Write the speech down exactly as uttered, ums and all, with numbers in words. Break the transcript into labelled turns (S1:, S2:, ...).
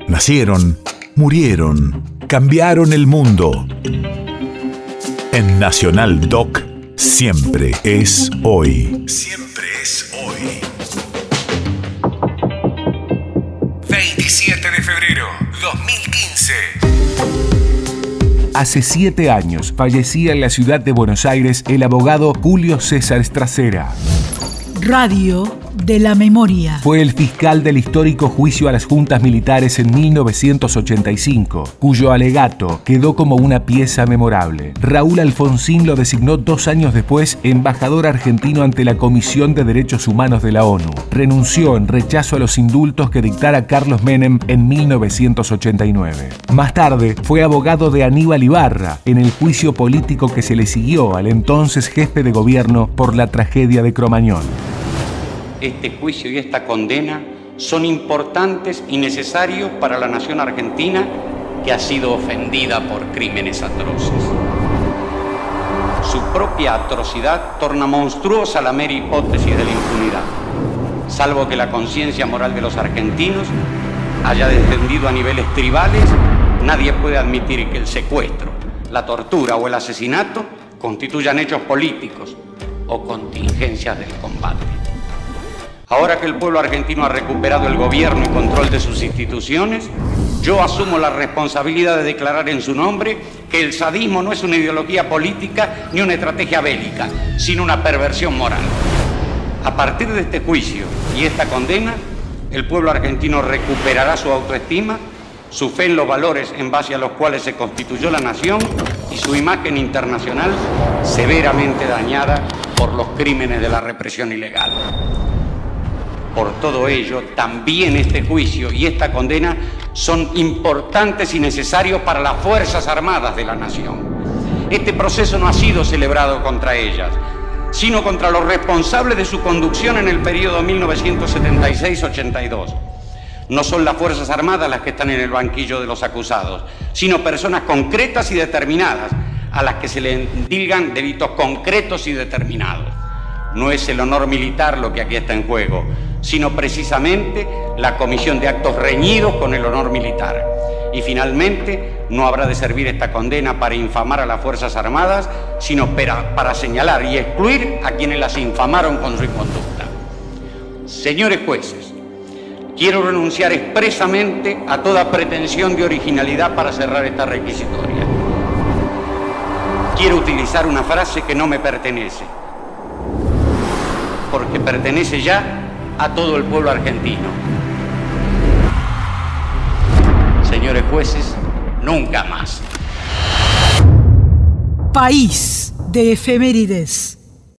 S1: Nacieron, murieron, cambiaron el mundo. En Nacional Doc, siempre es hoy. Siempre es hoy. veintisiete de febrero, dos mil quince.
S2: Hace siete años fallecía en la ciudad de Buenos Aires el abogado Julio César Stracera.
S3: Radio de la memoria.
S2: Fue el fiscal del histórico juicio a las juntas militares en mil novecientos ochenta y cinco, cuyo alegato quedó como una pieza memorable. Raúl Alfonsín lo designó dos años después embajador argentino ante la Comisión de Derechos Humanos de la ONU. Renunció en rechazo a los indultos que dictara Carlos Menem en mil novecientos ochenta y nueve. Más tarde fue abogado de Aníbal Ibarra en el juicio político que se le siguió al entonces jefe de gobierno por la tragedia de Cromañón.
S4: Este juicio y esta condena son importantes y necesarios para la nación argentina, que ha sido ofendida por crímenes atroces. Su propia atrocidad torna monstruosa la mera hipótesis de la impunidad, salvo que la conciencia moral de los argentinos haya descendido a niveles tribales. Nadie puede admitir que el secuestro, la tortura o el asesinato constituyan hechos políticos o contingencias del combate. Ahora que el pueblo argentino ha recuperado el gobierno y control de sus instituciones, yo asumo la responsabilidad de declarar en su nombre que el sadismo no es una ideología política ni una estrategia bélica, sino una perversión moral. A partir de este juicio y esta condena, el pueblo argentino recuperará su autoestima, su fe en los valores en base a los cuales se constituyó la nación y su imagen internacional severamente dañada por los crímenes de la represión ilegal. Por todo ello, también este juicio y esta condena son importantes y necesarios para las Fuerzas Armadas de la nación. Este proceso no ha sido celebrado contra ellas, sino contra los responsables de su conducción en el periodo mil novecientos setenta y seis a ochenta y dos. No son las Fuerzas Armadas las que están en el banquillo de los acusados, sino personas concretas y determinadas, a las que se le endilgan delitos concretos y determinados. No es el honor militar lo que aquí está en juego, sino precisamente la comisión de actos reñidos con el honor militar. Y finalmente, no habrá de servir esta condena para infamar a las Fuerzas Armadas, sino para, para señalar y excluir a quienes las infamaron con su inconducta. Señores jueces, quiero renunciar expresamente a toda pretensión de originalidad para cerrar esta requisitoria. Quiero utilizar una frase que no me pertenece, porque pertenece ya a todo el pueblo argentino. Señores jueces, nunca más.
S3: País de efemérides.